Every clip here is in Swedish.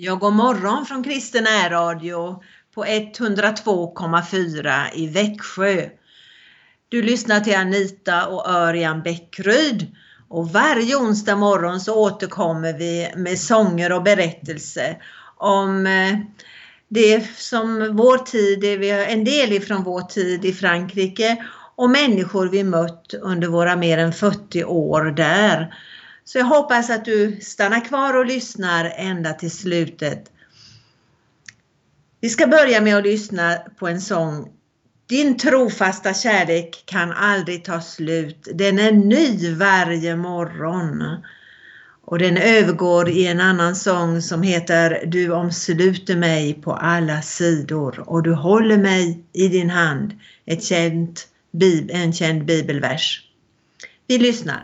Ja, god morgon från Kristen Radio på 102,4 i Växjö. Du lyssnar till Anita och Örjan Bäckryd. Och varje onsdag morgon så återkommer vi med sånger och berättelser om det som vår tid, en del ifrån vår tid i Frankrike och människor vi mött under våra mer än 40 år där. Så jag hoppas att du stannar kvar och lyssnar ända till slutet. Vi ska börja med att lyssna på en sång. Din trofasta kärlek kan aldrig ta slut. Den är ny varje morgon. Och den övergår i en annan sång som heter Du omsluter mig på alla sidor och du håller mig i din hand. En känd bibelvers. Vi lyssnar.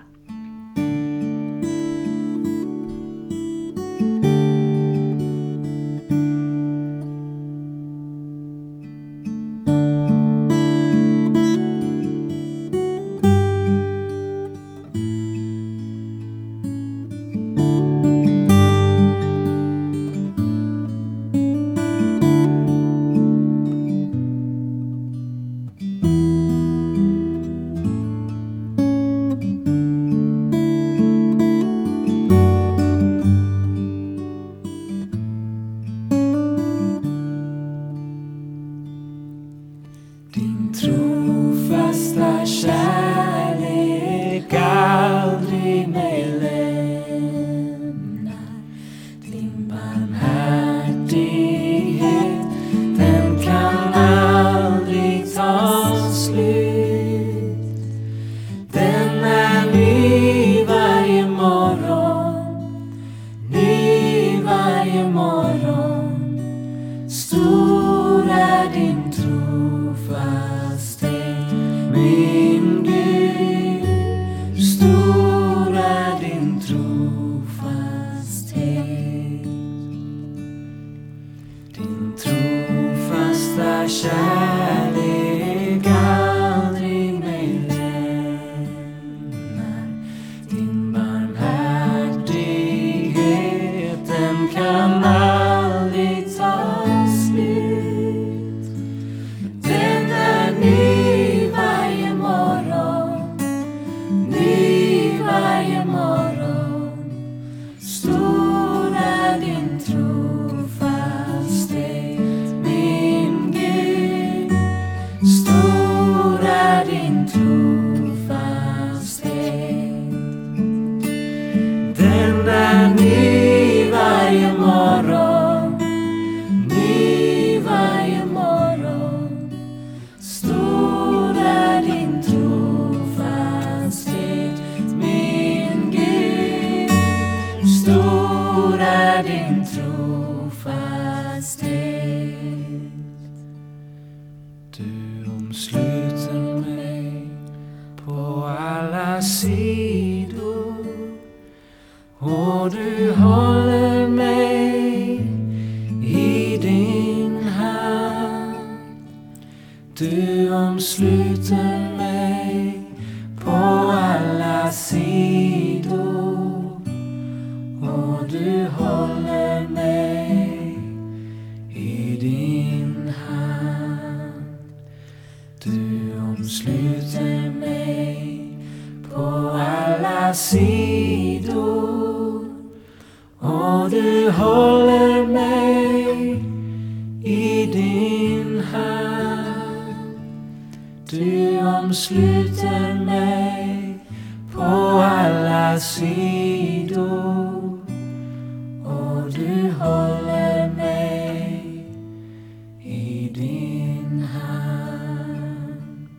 Du omsluter mig på alla sidor och du håller mig i din hand. Du omsluter mig på alla sidor och du håller mig i din hand. Du omsluter mig på alla sidor och du håller mig i din hand.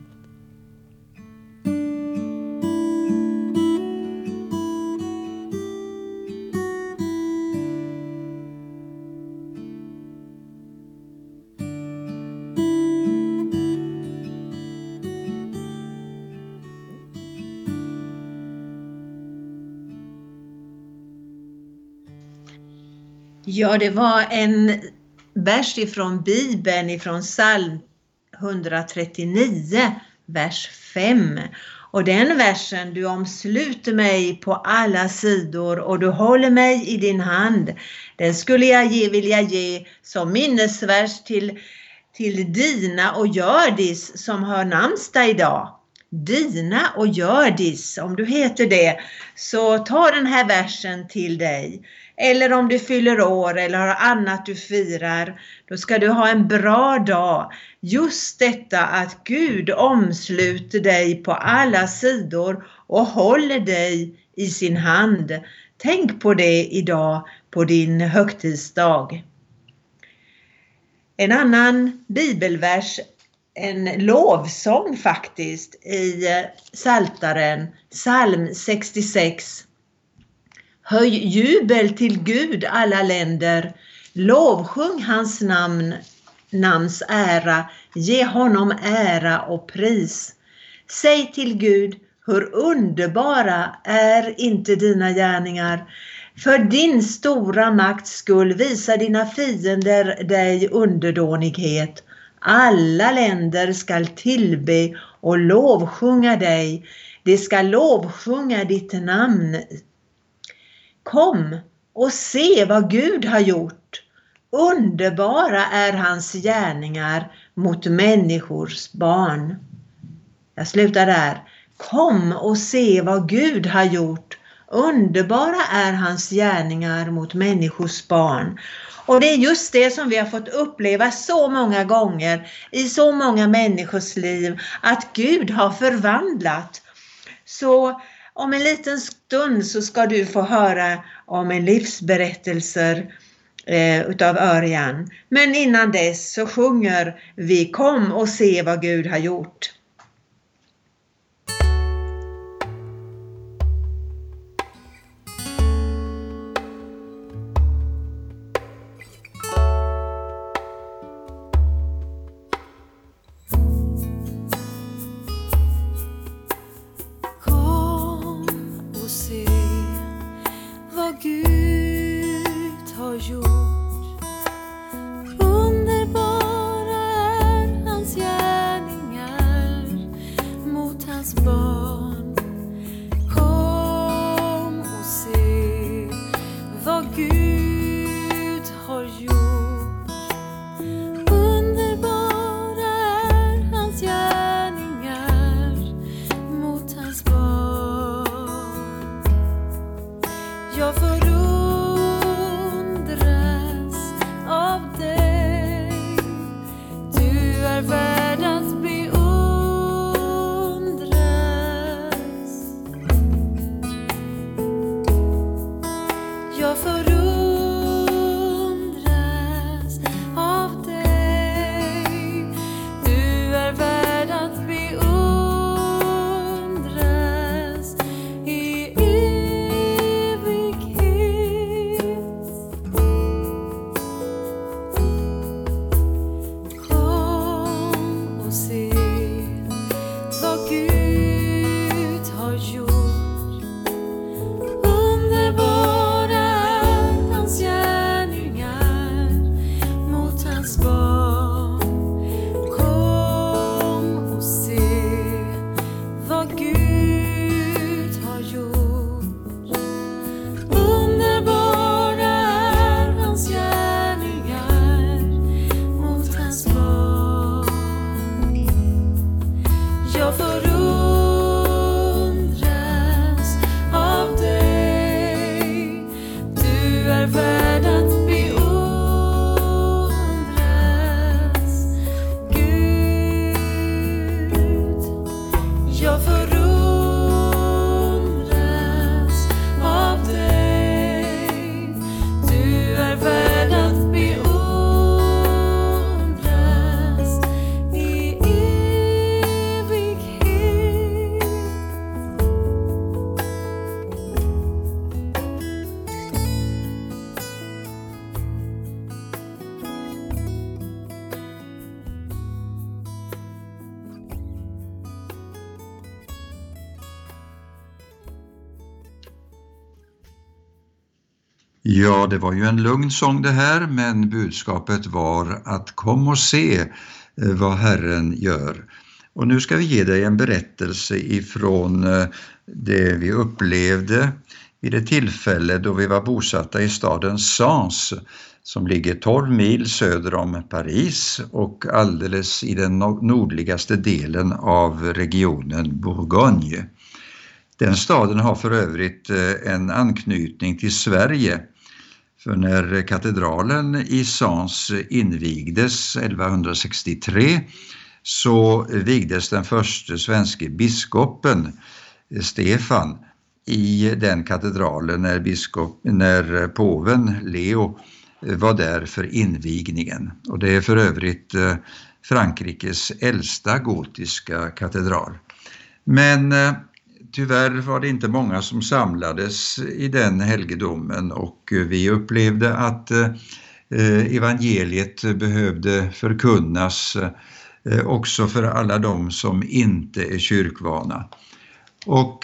Ja, det var en vers ifrån Bibeln, ifrån psalm 139, vers 5. Och den versen, du omsluter mig på alla sidor och du håller mig i din hand. Den skulle jag vilja ge som minnesvers till Dina och Gördis som har namnsdag idag. Dina och Gördis, om du heter det, så ta den här versen till dig. Eller om du fyller år eller har annat du firar, då ska du ha en bra dag. Just detta att Gud omsluter dig på alla sidor och håller dig i sin hand. Tänk på det idag på din högtidsdag. En annan bibelvers, en lovsång faktiskt i Psaltaren, psalm 66. Höj jubel till Gud alla länder, lovsjung hans namns ära, ge honom ära och pris. Säg till Gud, hur underbara är inte dina gärningar. För din stora makts skull visar dina fiender dig underdånighet. Alla länder skall tillbe och lovsjunga dig. De ska lovsjunga ditt namn. Kom och se vad Gud har gjort. Underbara är hans gärningar mot människors barn. Jag slutar där. Kom och se vad Gud har gjort. Underbara är hans gärningar mot människors barn. Och det är just det som vi har fått uppleva så många gånger i så många människors liv, att Gud har förvandlat. Så om en liten stund så ska du få höra om en livsberättelse utav Örjan. Men innan dess så sjunger vi Kom och se vad Gud har gjort. Ja, det var ju en lugn sång det här, men budskapet var att kom och se vad Herren gör. Och nu ska vi ge dig en berättelse ifrån det vi upplevde vid ett tillfälle då vi var bosatta i staden Sens som ligger 12 mil söder om Paris och alldeles i den nordligaste delen av regionen Bourgogne. Den staden har för övrigt en anknytning till Sverige. För när katedralen i Sens invigdes 1163 så vigdes den första svenska biskopen Stefan i den katedralen när påven Leo var där för invigningen. Och det är för övrigt Frankrikes äldsta gotiska katedral. Men tyvärr var det inte många som samlades i den helgedomen och vi upplevde att evangeliet behövde förkunnas också för alla de som inte är kyrkvana. Och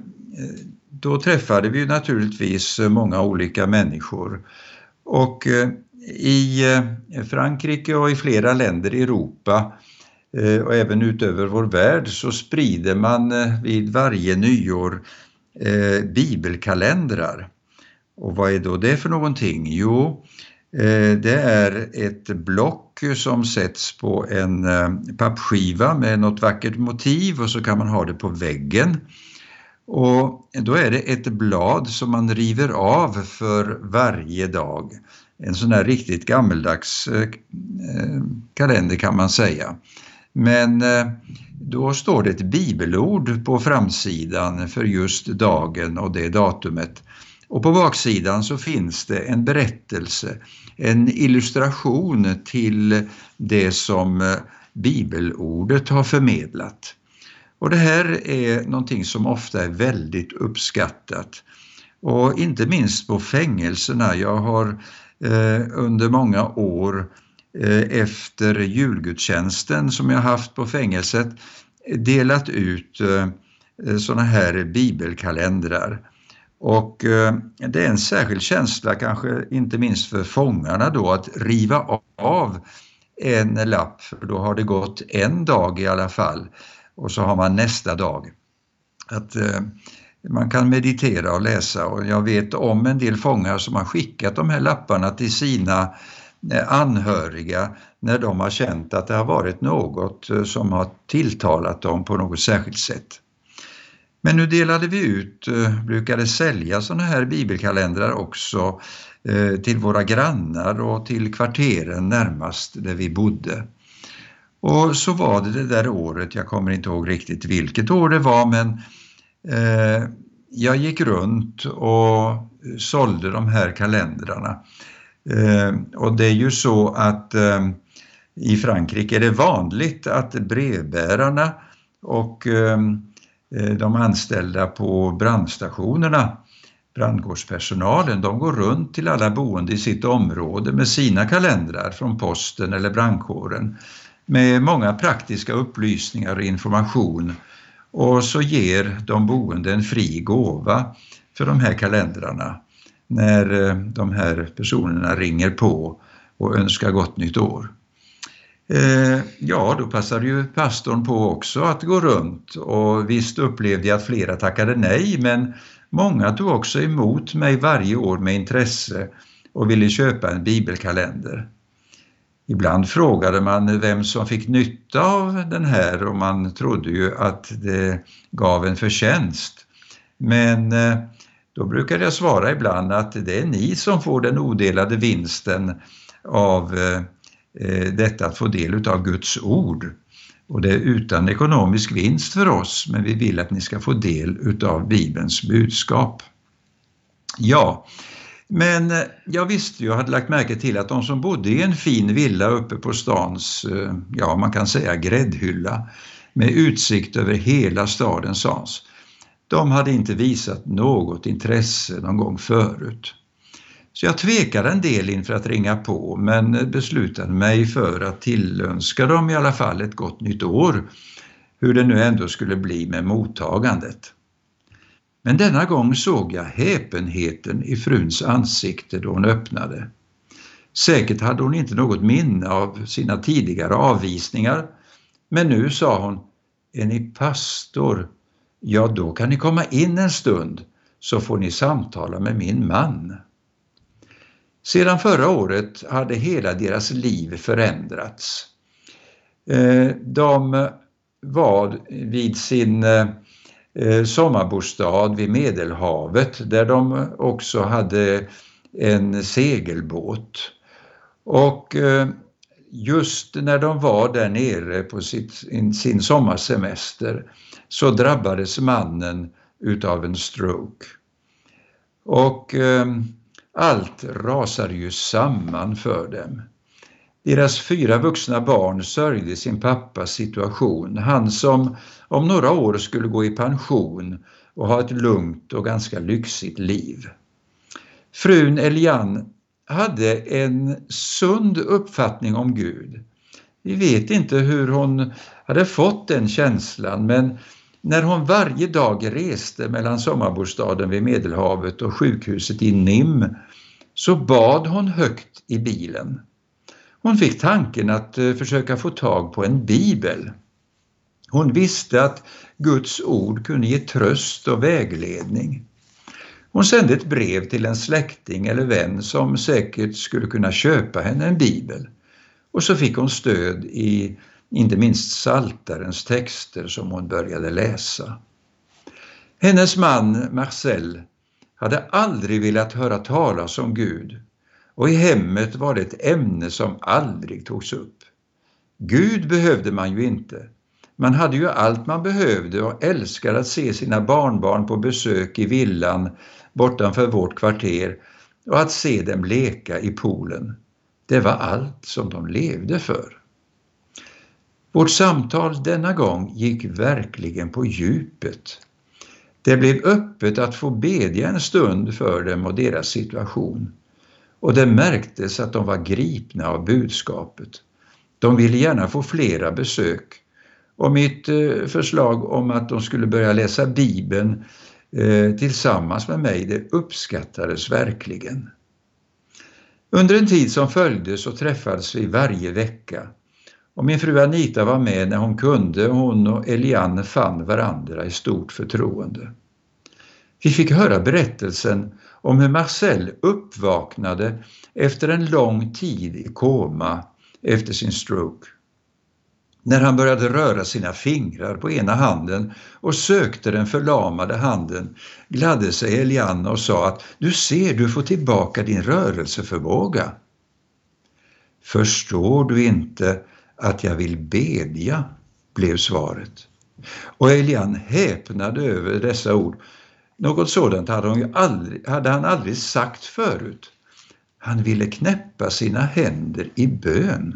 då träffade vi naturligtvis många olika människor. Och i Frankrike och i flera länder i Europa och även utöver vår värld så sprider man vid varje nyår bibelkalendrar. Och vad är då det för någonting? Jo, det är ett block som sätts på en pappskiva med något vackert motiv och så kan man ha det på väggen. Och då är det ett blad som man river av för varje dag. En sån här riktigt gammeldags kalender kan man säga. Men då står det ett bibelord på framsidan för just dagen och det datumet. Och på baksidan så finns det en berättelse, en illustration till det som bibelordet har förmedlat. Och det här är någonting som ofta är väldigt uppskattat. Och inte minst på fängelserna. Jag har under många år efter julgudstjänsten som jag haft på fängelset delat ut såna här bibelkalendrar. Och det är en särskild känsla kanske inte minst för fångarna då att riva av en lapp. För då har det gått en dag i alla fall och så har man nästa dag. Att man kan meditera och läsa och jag vet om en del fångar som har skickat de här lapparna till sina anhöriga när de har känt att det har varit något som har tilltalat dem på något särskilt sätt. Men nu delade vi ut, brukade sälja sådana här bibelkalendrar också till våra grannar och till kvarteren närmast där vi bodde. Och så var det där året, jag kommer inte ihåg riktigt vilket år det var, men jag gick runt och sålde de här kalendrarna. Och det är ju så att i Frankrike är det vanligt att brevbärarna och de anställda på brandstationerna, brandkårspersonalen, de går runt till alla boende i sitt område med sina kalendrar från posten eller brandkåren med många praktiska upplysningar och information. Och så ger de boende en fri gåva för de här kalendrarna när de här personerna ringer på och önskar gott nytt år. Ja, då passade ju pastorn på också att gå runt och visst upplevde jag att flera tackade nej, men många tog också emot mig varje år med intresse och ville köpa en bibelkalender. Ibland frågade man vem som fick nytta av den här och man trodde ju att det gav en förtjänst. Men då brukade jag svara ibland att det är ni som får den odelade vinsten av detta att få del av Guds ord. Och det är utan ekonomisk vinst för oss, men vi vill att ni ska få del av Bibelns budskap. Ja, men jag visste ju, jag hade lagt märke till att de som bodde i en fin villa uppe på stans, ja man kan säga gräddhylla, med utsikt över hela staden Sens, de hade inte visat något intresse någon gång förut. Så jag tvekade en del inför att ringa på, men beslutade mig för att tillönska dem i alla fall ett gott nytt år, hur det nu ändå skulle bli med mottagandet. Men denna gång såg jag häpenheten i fruns ansikte då hon öppnade. Säkert hade hon inte något minne av sina tidigare avvisningar, men nu sa hon: är ni pastor? Ja, då kan ni komma in en stund så får ni samtala med min man. Sedan förra året hade hela deras liv förändrats. De var vid sin sommarbostad vid Medelhavet där de också hade en segelbåt. Och just när de var där nere på sin sommarsemester så drabbades mannen utav en stroke. Och allt rasade ju samman för dem. Deras 4 vuxna barn sörjde sin pappas situation. Han som om några år skulle gå i pension och ha ett lugnt och ganska lyxigt liv. Frun Eliane hade en sund uppfattning om Gud. Vi vet inte hur hon hade fått den känslan, men när hon varje dag reste mellan sommarbostaden vid Medelhavet och sjukhuset i Nim så bad hon högt i bilen. Hon fick tanken att försöka få tag på en bibel. Hon visste att Guds ord kunde ge tröst och vägledning. Hon sände ett brev till en släkting eller vän som säkert skulle kunna köpa henne en bibel. Och så fick hon stöd i inte minst Psaltarens texter som hon började läsa. Hennes man Marcel hade aldrig velat höra talas om Gud. Och i hemmet var det ett ämne som aldrig togs upp. Gud behövde man ju inte. Man hade ju allt man behövde och älskade att se sina barnbarn på besök i villan bortanför vårt kvarter och att se dem leka i poolen. Det var allt som de levde för. Vårt samtal denna gång gick verkligen på djupet. Det blev öppet att få bedja en stund för dem och deras situation. Och det märktes att de var gripna av budskapet. De ville gärna få flera besök. Och mitt förslag om att de skulle börja läsa Bibeln tillsammans med mig, det uppskattades verkligen. Under en tid som följde så träffades vi varje vecka. Och min fru Anita var med när hon kunde. Hon och Eliane fann varandra i stort förtroende. Vi fick höra berättelsen om hur Marcel uppvaknade efter en lång tid i koma efter sin stroke. När han började röra sina fingrar på ena handen och sökte den förlamade handen gladde sig Eliane och sa att du ser, du får tillbaka din rörelseförmåga. Förstår du inte att jag vill bedja, blev svaret. Och Eliane häpnade över dessa ord. Något sådant hade han aldrig sagt förut. Han ville knäppa sina händer i bön.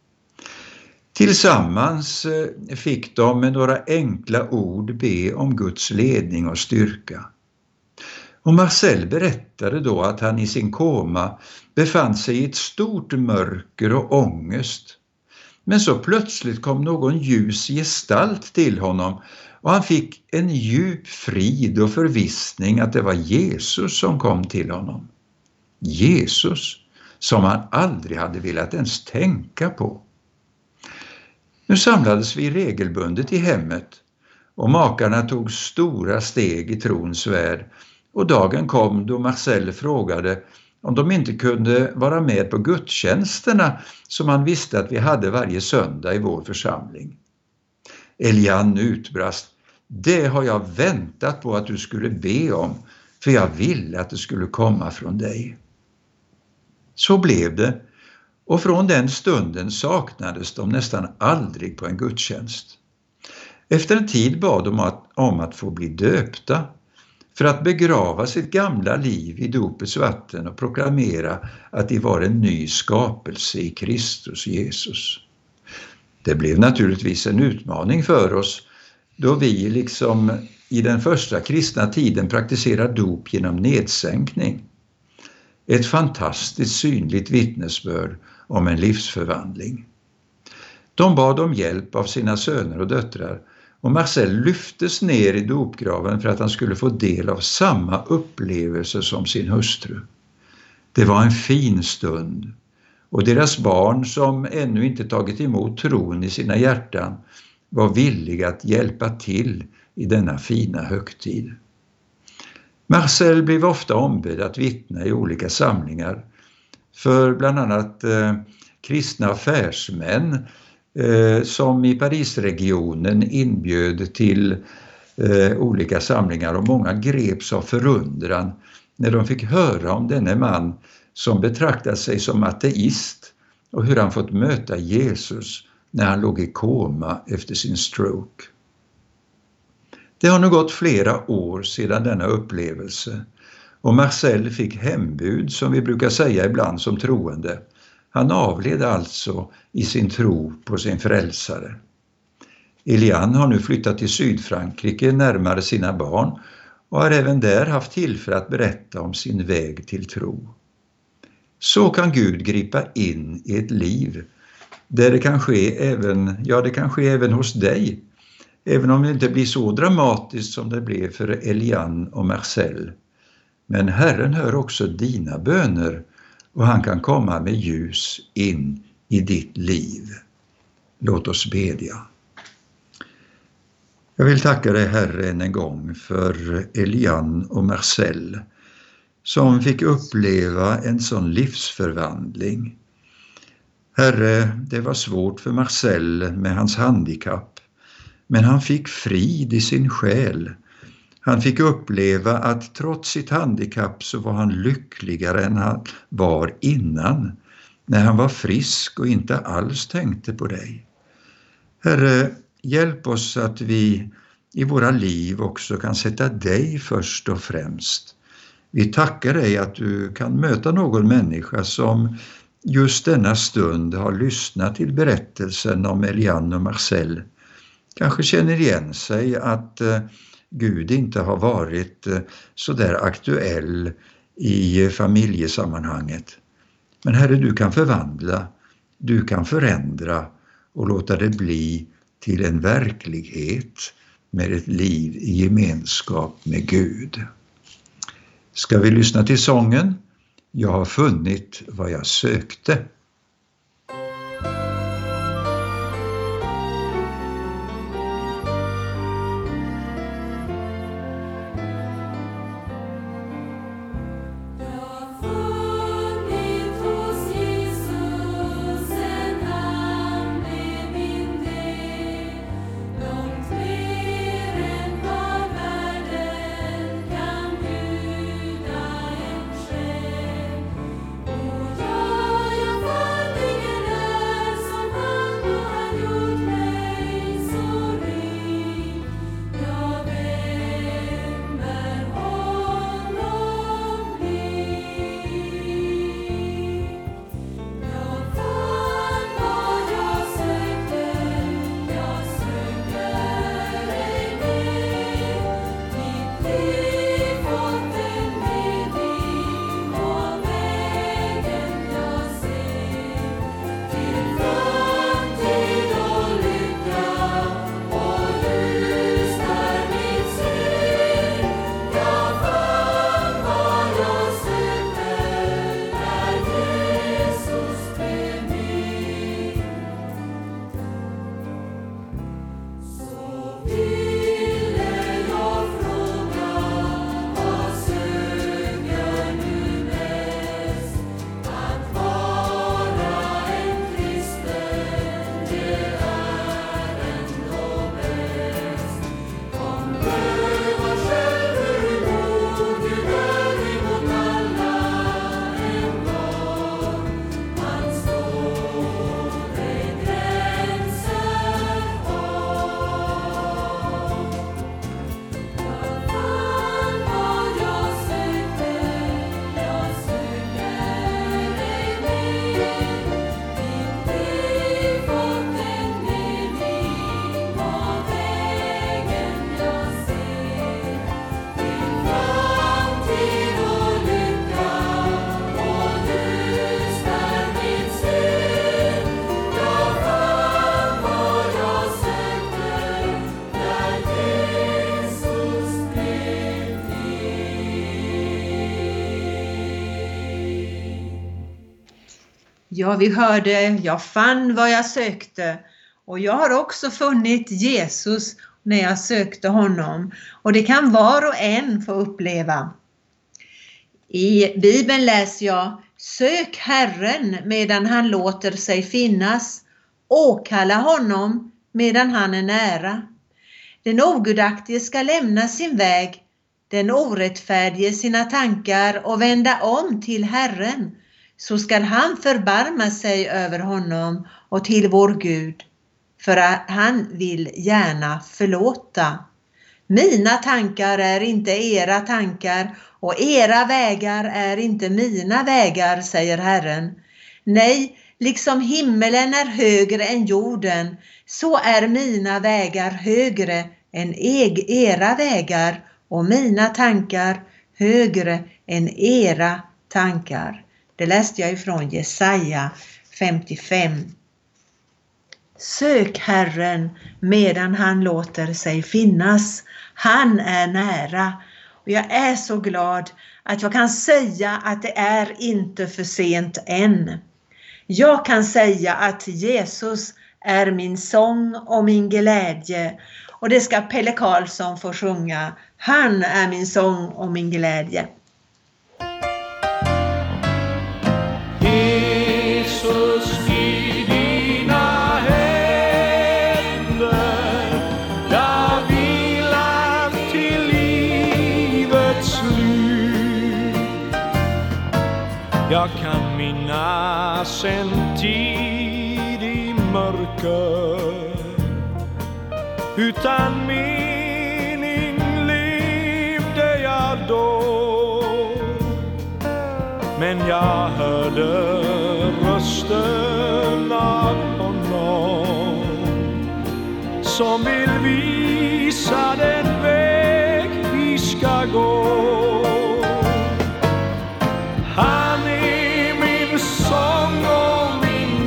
Tillsammans fick de med några enkla ord be om Guds ledning och styrka. Och Marcel berättade då att han i sin koma befann sig i ett stort mörker och ångest. Men så plötsligt kom någon ljus gestalt till honom och han fick en djup frid och förvissning att det var Jesus som kom till honom. Jesus som han aldrig hade velat ens tänka på. Nu samlades vi regelbundet i hemmet och makarna tog stora steg i trons värld och dagen kom då Marcel frågade om de inte kunde vara med på gudstjänsterna som han visste att vi hade varje söndag i vår församling. Eliane utbrast, det har jag väntat på att du skulle be om, för jag ville att det skulle komma från dig. Så blev det, och från den stunden saknades de nästan aldrig på en gudstjänst. Efter en tid bad de om att få bli döpta, för att begrava sitt gamla liv i dopets vatten och proklamera att de var en ny skapelse i Kristus Jesus. Det blev naturligtvis en utmaning för oss, då vi liksom i den första kristna tiden praktiserar dop genom nedsänkning. Ett fantastiskt synligt vittnesbörd om en livsförvandling. De bad om hjälp av sina söner och döttrar och Marcel lyftes ner i dopgraven för att han skulle få del av samma upplevelse som sin hustru. Det var en fin stund och deras barn som ännu inte tagit emot tron i sina hjärtan var villig att hjälpa till i denna fina högtid. Marcel blev ofta ombedd att vittna i olika samlingar för bland annat kristna affärsmän som i Parisregionen inbjöd till olika samlingar, och många greps av förundran när de fick höra om denne man som betraktade sig som ateist och hur han fått möta Jesus när han låg i koma efter sin stroke. Det har nu gått flera år sedan denna upplevelse, och Marcel fick hembud, som vi brukar säga ibland som troende. Han avled alltså i sin tro på sin frälsare. Eliane har nu flyttat till Sydfrankrike närmare sina barn och har även där haft tillfälle att berätta om sin väg till tro. Så kan Gud gripa in i ett liv där det kan ske även hos dig, även om det inte blir så dramatiskt som det blev för Eliane och Marcel. Men Herren hör också dina böner, och han kan komma med ljus in i ditt liv. Låt oss bedja. Jag vill tacka dig, Herre, än en gång för Eliane och Marcel som fick uppleva en sån livsförvandling. Herre, det var svårt för Marcel med hans handikapp, men han fick frid i sin själ. Han fick uppleva att trots sitt handikapp så var han lyckligare än han var innan, när han var frisk och inte alls tänkte på dig. Herre, hjälp oss att vi i våra liv också kan sätta dig först och främst. Vi tackar dig att du kan möta någon människa som just denna stund har lyssnat till berättelsen om Eliane och Marcel. Kanske känner igen sig att Gud inte har varit så där aktuell i familjesammanhanget. Men Herre, du kan förvandla, du kan förändra och låta det bli till en verklighet med ett liv i gemenskap med Gud. Ska vi lyssna till sången? Jag har funnit vad jag sökte. Ja, vi hörde, jag fann vad jag sökte, Och jag har också funnit Jesus när jag sökte honom. Och det kan var och en få uppleva. I Bibeln läser jag: sök Herren medan han låter sig finnas. Åkalla honom medan han är nära. Den ogudaktige ska lämna sin väg, den orättfärdige sina tankar och vända om till Herren. Så skall han förbarma sig över honom och till vår Gud, för att han vill gärna förlåta. Mina tankar är inte era tankar och era vägar är inte mina vägar, säger Herren. Nej, liksom himmelen är högre än jorden, så är mina vägar högre än era vägar och mina tankar högre än era tankar. Det läste jag ifrån Jesaja 55. Sök Herren medan han låter sig finnas. Han är nära. Och jag är så glad att jag kan säga att det är inte för sent än. Jag kan säga att Jesus är min sång och min glädje. Och det ska Pelle Karlsson få sjunga. Han är min sång och min glädje. Jesus, i dina händer jag vilar till livets slut. Jag kan minnas en tid i mörker utan mening levde jag då. Men jag hörde rösten av honom som vill visa den väg vi ska gå. Han är min sång och min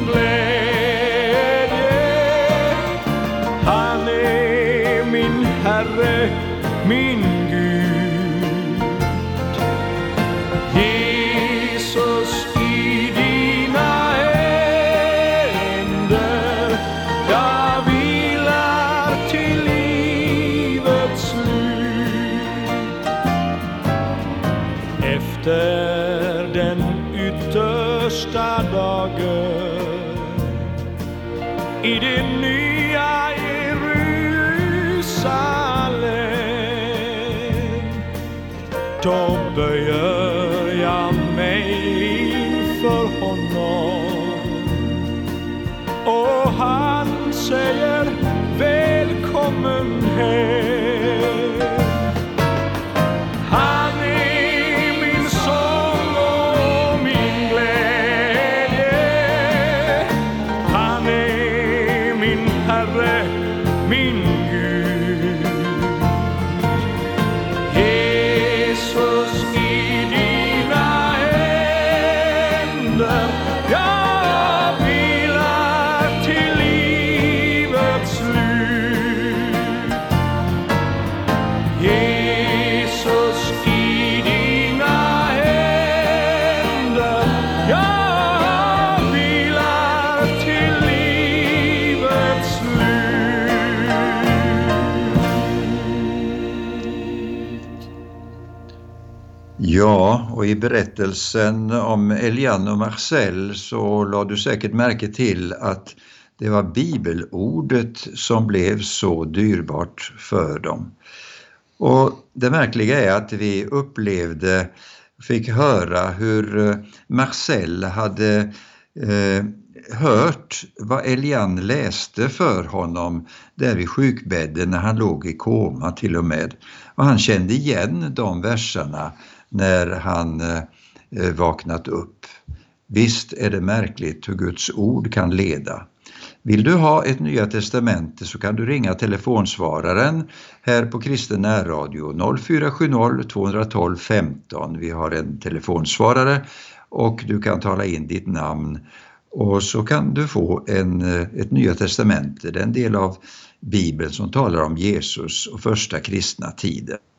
glädje. Han är min Herre, min Gud. Jesus, i dina händer jag vilar till livets slut. Efter den yttersta dagen i det nya Jerusalem, då böjer jag mig inför honom och han säger välkommen hem. Han är min sång och min glädje. Han är min Herre, min Gud. Jesus, i dina händer jag vilar till livets slut. Jesus, i dina händer jag vilar till livets slut. Ja, och i berättelsen om Eliane och Marcel så lade du säkert märke till att det var bibelordet som blev så dyrbart för dem. Och det märkliga är att vi fick höra hur Marcel hade hört vad Eliane läste för honom där vid sjukbädden när han låg i koma till och med. Och han kände igen de verserna när han vaknat upp. Visst är det märkligt hur Guds ord kan leda. Vill du ha ett Nya testamente så kan du ringa telefonsvararen här på Kristen närradio 0470 212 15. Vi har en telefonsvarare och du kan tala in ditt namn och så kan du få ett Nya testamente, den del av Bibeln som talar om Jesus och första kristna tiden.